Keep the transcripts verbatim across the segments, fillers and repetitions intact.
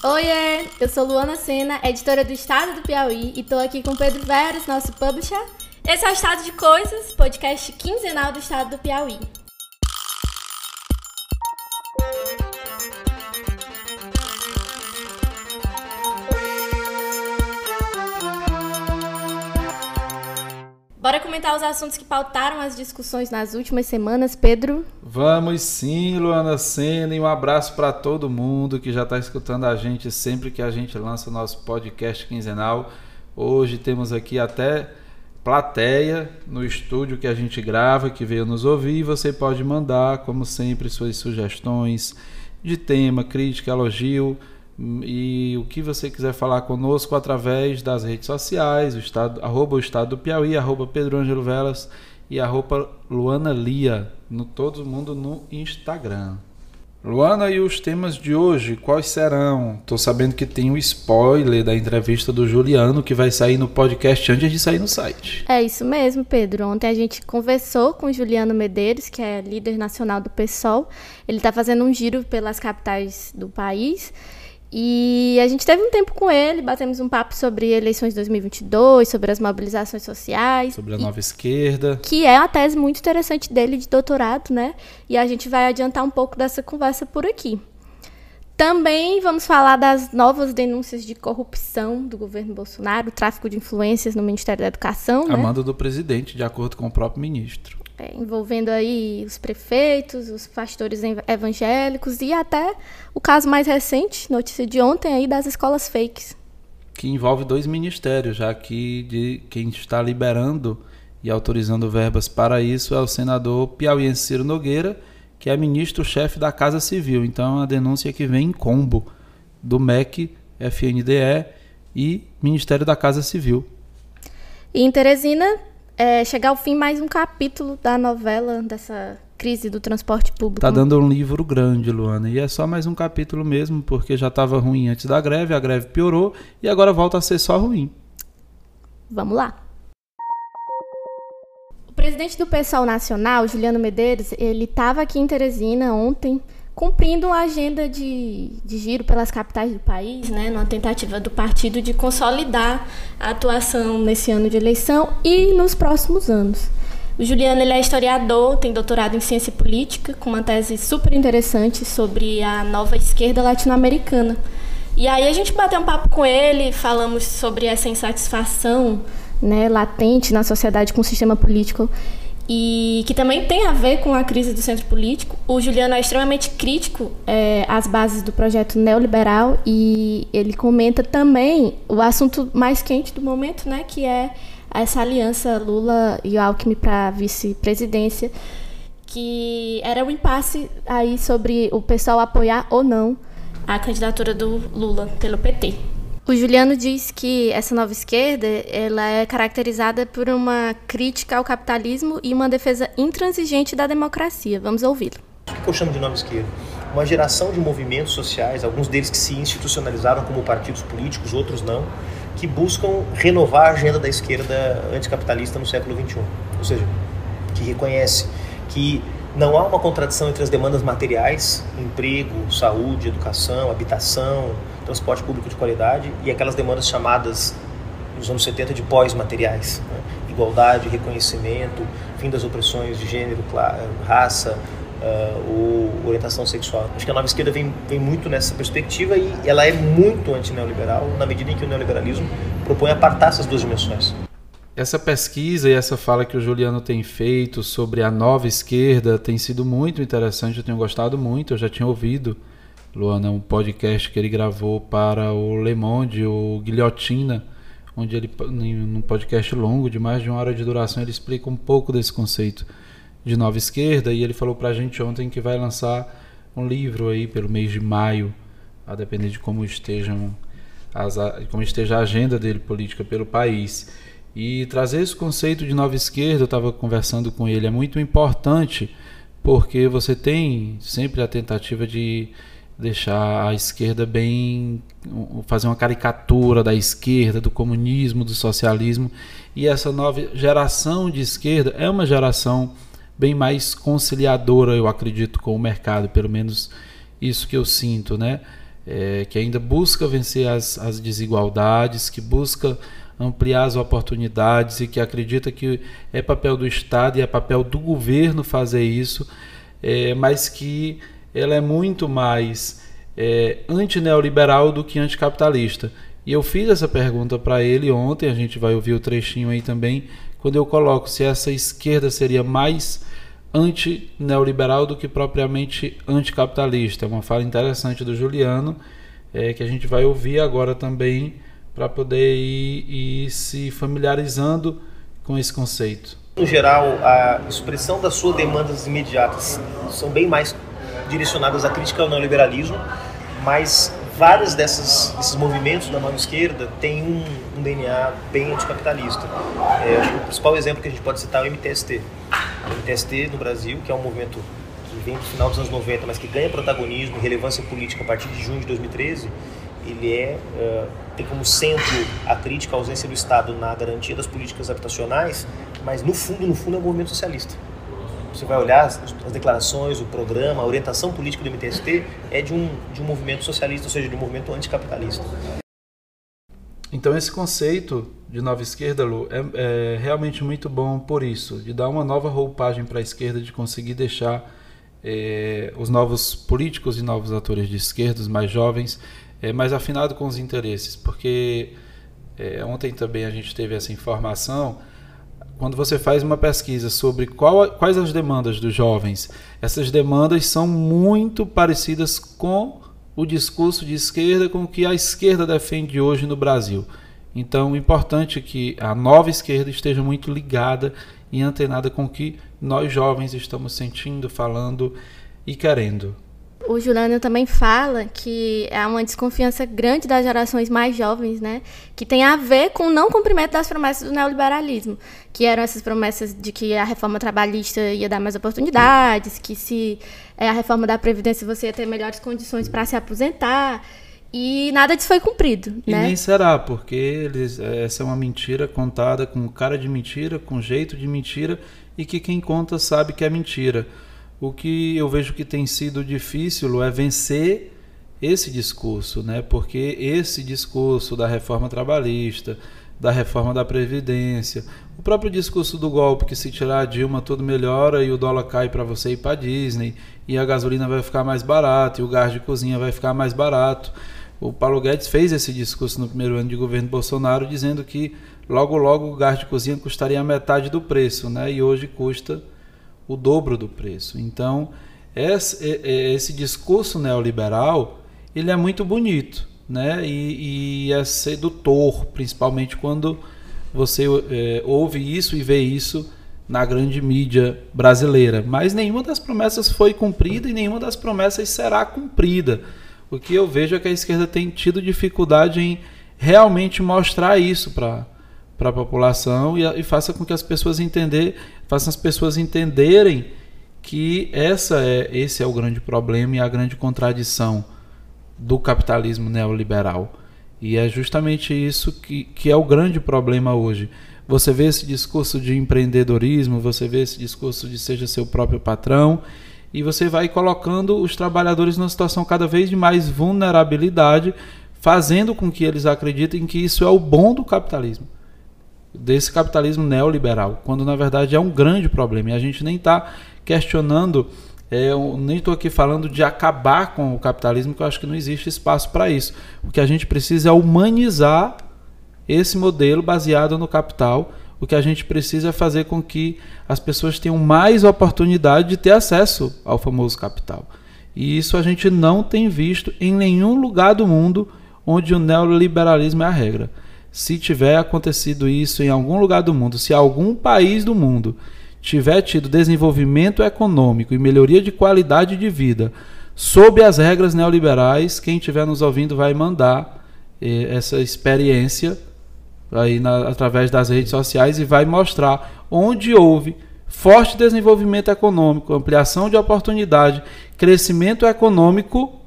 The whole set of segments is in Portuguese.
Oiê, eu sou Luana Sena, editora do Estado do Piauí, e tô aqui com Pedro Veras, nosso publisher. Esse é o Estado de Coisas, podcast quinzenal do Estado do Piauí. Bora comentar os assuntos que pautaram as discussões nas últimas semanas, Pedro? Vamos sim, Luana Sena, e um abraço para todo mundo que já está escutando a gente sempre que a gente lança o nosso podcast quinzenal. Hoje temos aqui até plateia no estúdio que a gente grava, que veio nos ouvir, e você pode mandar, como sempre, suas sugestões de tema, crítica, elogio, e o que você quiser falar conosco através das redes sociais, o estado, arroba o Estado do Piauí, arroba Pedro Ângelo Velas e arroba Luana Lia, no todo mundo no Instagram. Luana, e os temas de hoje, quais serão? Tô sabendo que tem um spoiler da entrevista do Juliano que vai sair no podcast antes de sair no site. É isso mesmo, Pedro. Ontem a gente conversou com o Juliano Medeiros, que é líder nacional do PSOL. Ele está fazendo um giro pelas capitais do país. E a gente teve um tempo com ele, batemos um papo sobre eleições de dois mil e vinte e dois, sobre as mobilizações sociais. Sobre a nova esquerda. Que é uma tese muito interessante dele de doutorado, né? E a gente vai adiantar um pouco dessa conversa por aqui. Também vamos falar das novas denúncias de corrupção do governo Bolsonaro, tráfico de influências no Ministério da Educação. A né? mando do presidente, de acordo com o próprio ministro. É, envolvendo aí os prefeitos, os pastores evangélicos e até o caso mais recente, notícia de ontem aí, das escolas fakes. Que envolve dois ministérios, já que de quem está liberando e autorizando verbas para isso é o senador piauiense Ciro Nogueira, que é ministro-chefe da Casa Civil. Então é uma denúncia que vem em combo do M E C, F N D E e Ministério da Casa Civil. E em Teresina, é, chegar ao fim mais um capítulo da novela dessa crise do transporte público. Tá dando um livro grande, Luana, e é só mais um capítulo mesmo, porque já estava ruim antes da greve, a greve piorou e agora volta a ser só ruim. Vamos lá. O presidente do PSOL Nacional, Juliano Medeiros, ele estava aqui em Teresina ontem, cumprindo uma agenda de, de giro pelas capitais do país, né, numa tentativa do partido de consolidar a atuação nesse ano de eleição e nos próximos anos. O Juliano ele é historiador, tem doutorado em ciência política, com uma tese super interessante sobre a nova esquerda latino-americana. E aí a gente bateu um papo com ele, falamos sobre essa insatisfação, né, latente na sociedade com o sistema político, e que também tem a ver com a crise do centro político. O Juliano é extremamente crítico é, às bases do projeto neoliberal, e ele comenta também o assunto mais quente do momento, né, que é essa aliança Lula e Alckmin para a vice-presidência, que era um impasse aí sobre o pessoal apoiar ou não a candidatura do Lula pelo P T. O Juliano diz que essa nova esquerda ela é caracterizada por uma crítica ao capitalismo e uma defesa intransigente da democracia. Vamos ouvi-lo. O que eu chamo de nova esquerda? Uma geração de movimentos sociais, alguns deles que se institucionalizaram como partidos políticos, outros não, que buscam renovar a agenda da esquerda anticapitalista no século vinte e um. Ou seja, que reconhece que não há uma contradição entre as demandas materiais, emprego, saúde, educação, habitação, transporte público de qualidade, e aquelas demandas chamadas nos anos setenta de pós-materiais, né? Igualdade, reconhecimento, fim das opressões de gênero, raça, uh, ou orientação sexual. Acho que a nova esquerda vem, vem muito nessa perspectiva, e ela é muito anti-neoliberal, na medida em que o neoliberalismo propõe apartar essas duas dimensões. Essa pesquisa e essa fala que o Juliano tem feito sobre a nova esquerda tem sido muito interessante, eu tenho gostado muito. Eu já tinha ouvido, Luana, um podcast que ele gravou para o Le Monde, o Guilhotina, onde ele, num podcast longo, de mais de uma hora de duração, ele explica um pouco desse conceito de nova esquerda, e ele falou para a gente ontem que vai lançar um livro aí pelo mês de maio, a depender de como, estejam as, como esteja a agenda dele política pelo país. E trazer esse conceito de nova esquerda, eu estava conversando com ele, é muito importante, porque você tem sempre a tentativa de deixar a esquerda bem, fazer uma caricatura da esquerda, do comunismo, do socialismo, e essa nova geração de esquerda é uma geração bem mais conciliadora, eu acredito, com o mercado, pelo menos isso que eu sinto, né? é, que ainda busca vencer as, as desigualdades, que busca ampliar as oportunidades e que acredita que é papel do Estado e é papel do governo fazer isso, é, mas que ela é muito mais é, antineoliberal do que anticapitalista. E eu fiz essa pergunta para ele ontem, a gente vai ouvir o trechinho aí também, quando eu coloco se essa esquerda seria mais antineoliberal do que propriamente anticapitalista. É uma fala interessante do Juliano, é, que a gente vai ouvir agora também, para poder ir, ir se familiarizando com esse conceito. No geral, a expressão das suas demandas imediatas são bem mais direcionadas à crítica ao neoliberalismo, mas vários dessas, desses movimentos da nova esquerda têm um, um D N A bem anticapitalista. É, acho que o principal exemplo que a gente pode citar é o M T S T. O M T S T no Brasil, que é um movimento que vem do final dos anos noventa, mas que ganha protagonismo e relevância política a partir de junho de dois mil e treze, ele é, uh, tem como centro a crítica à ausência do Estado na garantia das políticas habitacionais, mas no fundo, no fundo é um movimento socialista. Você vai olhar as, as declarações, o programa, a orientação política do M T S T é de um, de um movimento socialista, ou seja, de um movimento anticapitalista. Então esse conceito de nova esquerda, Lu, é, é realmente muito bom por isso, de dar uma nova roupagem para a esquerda, de conseguir deixar é, os novos políticos e novos atores de esquerda, os mais jovens, é, mais afinado com os interesses, porque é, ontem também a gente teve essa informação. Quando você faz uma pesquisa sobre qual, quais as demandas dos jovens, essas demandas são muito parecidas com o discurso de esquerda, com o que a esquerda defende hoje no Brasil. Então, é importante que a nova esquerda esteja muito ligada e antenada com o que nós jovens estamos sentindo, falando e querendo. O Juliano também fala que há uma desconfiança grande das gerações mais jovens, né, que tem a ver com o não cumprimento das promessas do neoliberalismo, que eram essas promessas de que a reforma trabalhista ia dar mais oportunidades, que se é, a reforma da Previdência você ia ter melhores condições para se aposentar, e nada disso foi cumprido. E né? nem será, porque eles, essa é uma mentira contada com cara de mentira, com jeito de mentira, e que quem conta sabe que é mentira. O que eu vejo que tem sido difícil é vencer esse discurso, né? Porque esse discurso da reforma trabalhista, da reforma da Previdência, o próprio discurso do golpe, que se tirar a Dilma tudo melhora e o dólar cai para você ir para Disney, e a gasolina vai ficar mais barata, e o gás de cozinha vai ficar mais barato. O Paulo Guedes fez esse discurso no primeiro ano de governo Bolsonaro, dizendo que logo logo o gás de cozinha custaria a metade do preço, né? E hoje custa o dobro do preço. Então, esse, esse discurso neoliberal, ele é muito bonito, né? E, e é sedutor, principalmente quando você é, ouve isso e vê isso na grande mídia brasileira. Mas nenhuma das promessas foi cumprida e nenhuma das promessas será cumprida. O que eu vejo é que a esquerda tem tido dificuldade em realmente mostrar isso para para a população e, e faça com que as pessoas entender, façam as pessoas entenderem que essa é, esse é o grande problema e a grande contradição do capitalismo neoliberal. E é justamente isso que, que é o grande problema hoje. Você vê esse discurso de empreendedorismo, você vê esse discurso de seja seu próprio patrão, e você vai colocando os trabalhadores numa situação cada vez de mais vulnerabilidade, fazendo com que eles acreditem que isso é o bom do capitalismo, desse capitalismo neoliberal, quando na verdade é um grande problema. E a gente nem está questionando, é, eu nem estou aqui falando de acabar com o capitalismo, que eu acho que não existe espaço para isso. O que a gente precisa é humanizar esse modelo baseado no capital. O que a gente precisa é fazer com que as pessoas tenham mais oportunidade de ter acesso ao famoso capital. E isso a gente não tem visto em nenhum lugar do mundo onde o neoliberalismo é a regra. Se tiver acontecido isso em algum lugar do mundo, se algum país do mundo tiver tido desenvolvimento econômico e melhoria de qualidade de vida sob as regras neoliberais, quem estiver nos ouvindo vai mandar eh, essa experiência aí na, através das redes sociais e vai mostrar onde houve forte desenvolvimento econômico, ampliação de oportunidade, crescimento econômico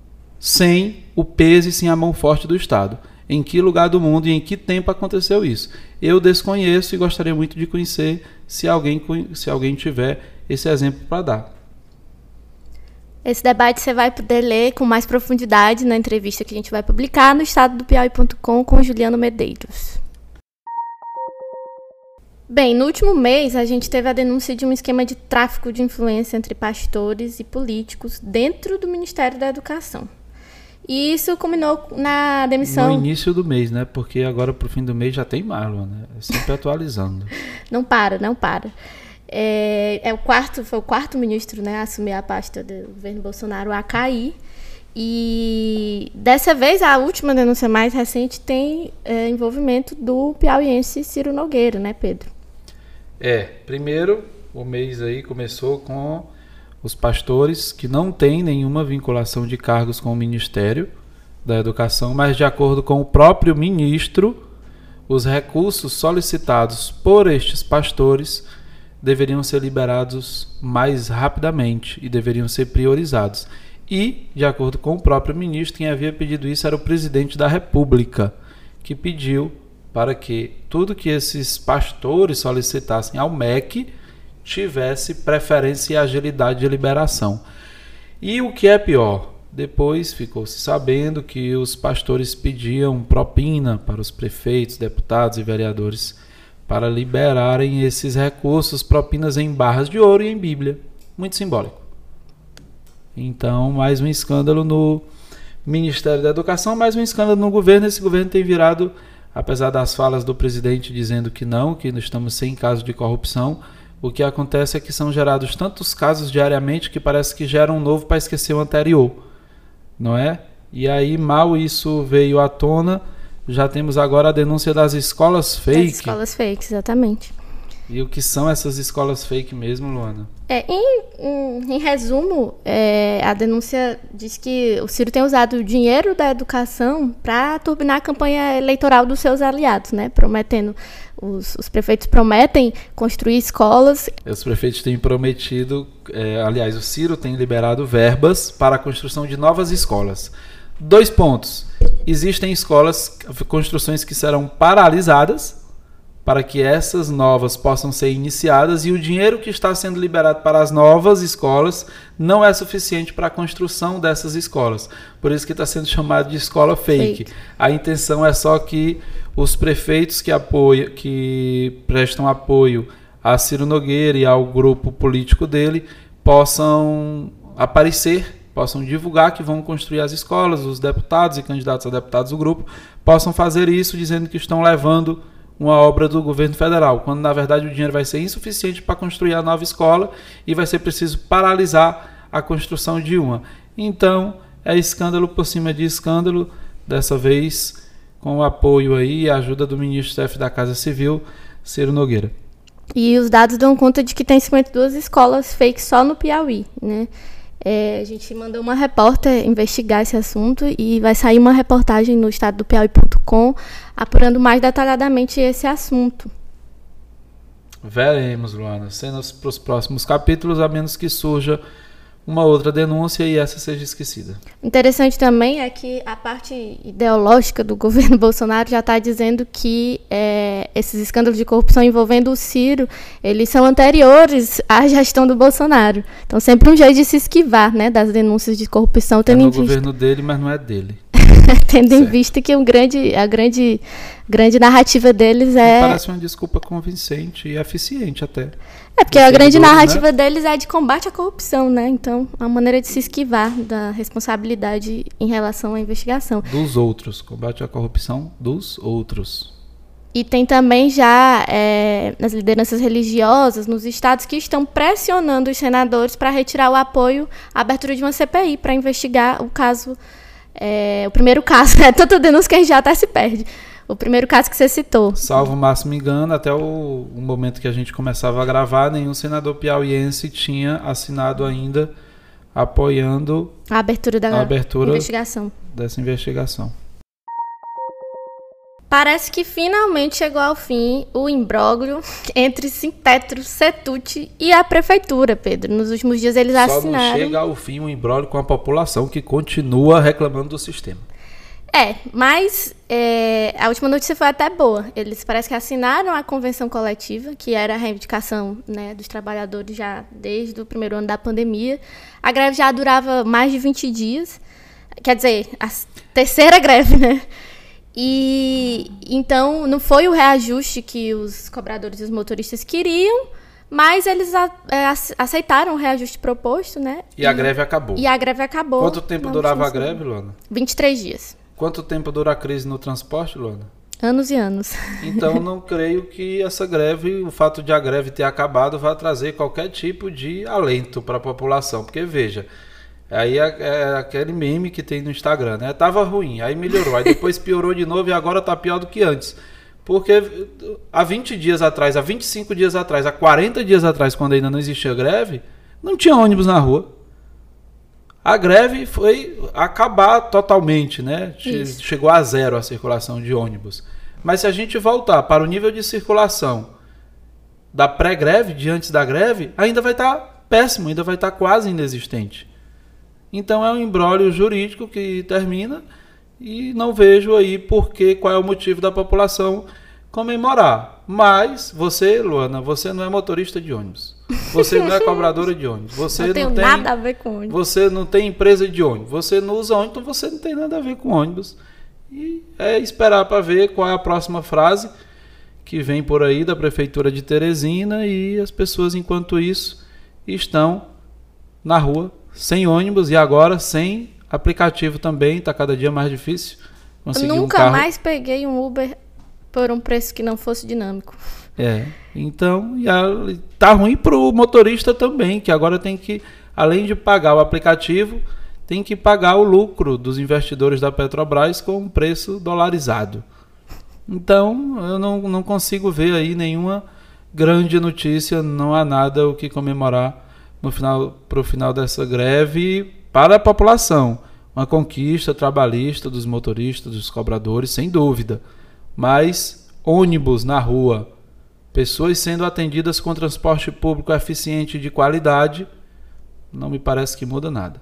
sem o peso e sem a mão forte do Estado. Em que lugar do mundo e em que tempo aconteceu isso? Eu desconheço e gostaria muito de conhecer se alguém, se alguém tiver esse exemplo para dar. Esse debate você vai poder ler com mais profundidade na entrevista que a gente vai publicar no estado do piauí ponto com com Juliano Medeiros. Bem, no último mês a gente teve a denúncia de um esquema de tráfico de influência entre pastores e políticos dentro do Ministério da Educação. E isso culminou na demissão... No início do mês, né? Porque agora pro fim do mês já tem Marlon, né? É sempre atualizando. Não para, não para. É, é o quarto, foi o quarto ministro, né, a assumir a pasta do governo Bolsonaro a cair. E dessa vez, a última denúncia mais recente tem é, envolvimento do piauiense Ciro Nogueira, né, Pedro? É, primeiro, o mês aí começou com os pastores que não têm nenhuma vinculação de cargos com o Ministério da Educação, mas de acordo com o próprio ministro, os recursos solicitados por estes pastores deveriam ser liberados mais rapidamente e deveriam ser priorizados. E, de acordo com o próprio ministro, quem havia pedido isso era o presidente da República, que pediu para que tudo que esses pastores solicitassem ao M E C tivesse preferência e agilidade de liberação. E o que é pior, depois ficou-se sabendo que os pastores pediam propina para os prefeitos, deputados e vereadores para liberarem esses recursos, propinas em barras de ouro e em Bíblia. Muito simbólico. Então, mais um escândalo no Ministério da Educação, mais um escândalo no governo. Esse governo tem virado, apesar das falas do presidente dizendo que não, que nós estamos sem casos de corrupção, o que acontece é que são gerados tantos casos diariamente que parece que geram um novo para esquecer o anterior, não é? E aí, mal isso veio à tona, já temos agora a denúncia das escolas fake. Das escolas fake, exatamente. E o que são essas escolas fake mesmo, Luana? É, em, em, em resumo, é, a denúncia diz que o Ciro tem usado o dinheiro da educação para turbinar a campanha eleitoral dos seus aliados, né? Prometendo, os, os prefeitos prometem construir escolas. Os prefeitos têm prometido, é, aliás, o Ciro tem liberado verbas para a construção de novas escolas. Dois pontos. Existem escolas, construções que serão paralisadas para que essas novas possam ser iniciadas, e o dinheiro que está sendo liberado para as novas escolas não é suficiente para a construção dessas escolas. Por isso que está sendo chamado de escola fake. fake. A intenção é só que os prefeitos que, apoiam, que prestam apoio a Ciro Nogueira e ao grupo político dele possam aparecer, possam divulgar que vão construir as escolas, os deputados e candidatos a deputados do grupo possam fazer isso dizendo que estão levando uma obra do governo federal, quando na verdade o dinheiro vai ser insuficiente para construir a nova escola e vai ser preciso paralisar a construção de uma. Então, é escândalo por cima de escândalo, dessa vez com o apoio aí e a ajuda do ministro-chefe da Casa Civil, Ciro Nogueira. E os dados dão conta de que tem cinquenta e duas escolas fake só no Piauí, né? É, a gente mandou uma repórter investigar esse assunto e vai sair uma reportagem no estado do piauí ponto com apurando mais detalhadamente esse assunto. Veremos, Luana, cenas para os próximos capítulos, a menos que surja uma outra denúncia e essa seja esquecida. Interessante também é que a parte ideológica do governo Bolsonaro já está dizendo que é, esses escândalos de corrupção envolvendo o Ciro, eles são anteriores à gestão do Bolsonaro. Então, sempre um jeito de se esquivar, né, das denúncias de corrupção. Tendo é no governo vista... dele, mas não é dele. Tendo certo. Em vista que um grande, a grande, grande narrativa deles é... Me parece uma desculpa convincente e eficiente até. É, porque a grande narrativa, né, deles é de combate à corrupção, né? Então, é uma maneira de se esquivar da responsabilidade em relação à investigação. Dos outros. Combate à corrupção dos outros. E tem também já é, nas lideranças religiosas, nos estados, que estão pressionando os senadores para retirar o apoio à abertura de uma C P I para investigar o caso, é, o primeiro caso, é tanta denúncia que a gente já até se perde. O primeiro caso que você citou. Salvo o máximo engano, até o, o momento que a gente começava a gravar, nenhum senador piauiense tinha assinado ainda apoiando a abertura da a abertura investigação. dessa investigação. Parece que finalmente chegou ao fim o imbróglio entre Simpetro, Setute e a prefeitura, Pedro. Nos últimos dias eles Só assinaram... Só não chega ao fim o imbróglio com a população que continua reclamando do sistema. É, mas é, a última notícia foi até boa. Eles parece que assinaram a convenção coletiva, que era a reivindicação, né, dos trabalhadores já desde o primeiro ano da pandemia. A greve já durava mais de vinte dias, quer dizer, a terceira greve, né? E então não foi o reajuste que os cobradores e os motoristas queriam, mas eles a, é, aceitaram o reajuste proposto, né? E, e a greve acabou. E a greve acabou. Quanto tempo durava a greve, Luana? vinte e três dias. Quanto tempo dura a crise no transporte, Luana? Anos e anos. Então, não creio que essa greve, o fato de a greve ter acabado, vai trazer qualquer tipo de alento para a população. Porque, veja, aí é, é aquele meme que tem no Instagram, né? Tava ruim, aí melhorou, aí depois piorou de novo e agora tá pior do que antes. Porque há vinte dias atrás, há vinte e cinco dias atrás, há quarenta dias atrás, quando ainda não existia greve, não tinha ônibus na rua. A greve foi acabar totalmente, né? Isso. Chegou a zero a circulação de ônibus. Mas se a gente voltar para o nível de circulação da pré-greve, de antes da greve, ainda vai estar péssimo, ainda vai estar quase inexistente. Então é um imbróglio jurídico que termina e não vejo aí porque, qual é o motivo da população comemorar. Mas você, Luana, você não é motorista de ônibus. Você não é cobradora de ônibus. Você não tem nada a ver com ônibus. Você não tem empresa de ônibus. Você não usa ônibus, então você não tem nada a ver com ônibus. E é esperar para ver qual é a próxima frase que vem por aí da Prefeitura de Teresina e as pessoas, enquanto isso, estão na rua sem ônibus e agora sem aplicativo também. Está cada dia mais difícil conseguir um carro. Nunca mais peguei um Uber por um preço que não fosse dinâmico. É, então e a, tá ruim pro motorista também, que agora tem que, além de pagar o aplicativo, tem que pagar o lucro dos investidores da Petrobras com um preço dolarizado. Então, eu não, não consigo ver aí nenhuma grande notícia, não há nada o que comemorar no final, pro final dessa greve para a população. Uma conquista trabalhista dos motoristas, dos cobradores, sem dúvida. Mas ônibus na rua, pessoas sendo atendidas com transporte público eficiente e de qualidade, não me parece que muda nada.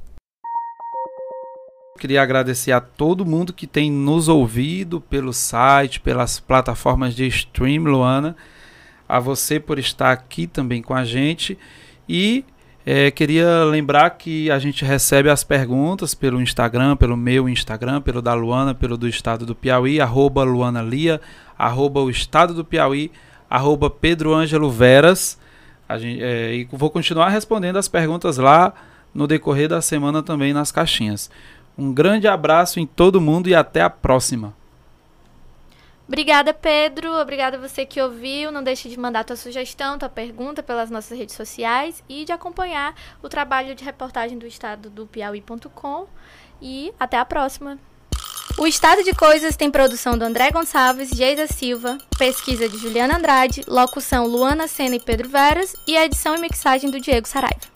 Queria agradecer a todo mundo que tem nos ouvido pelo site, pelas plataformas de stream, Luana. A você por estar aqui também com a gente. E é, queria lembrar que a gente recebe as perguntas pelo Instagram, pelo meu Instagram, pelo da Luana, pelo do Estado do Piauí, arroba Luana Lia, arroba o Estado do Piauí, arroba Pedro Ângelo Veras. A gente, é, e vou continuar respondendo as perguntas lá no decorrer da semana também nas caixinhas. Um grande abraço em todo mundo e até a próxima. Obrigada, Pedro. Obrigada a você que ouviu. Não deixe de mandar tua sugestão, tua pergunta pelas nossas redes sociais e de acompanhar o trabalho de reportagem do estado do Piauí ponto com. E até a próxima. O Estado de Coisas tem produção do André Gonçalves, Geisa Silva, pesquisa de Juliana Andrade, locução Luana Sena e Pedro Veras e a edição e mixagem do Diego Saraiva.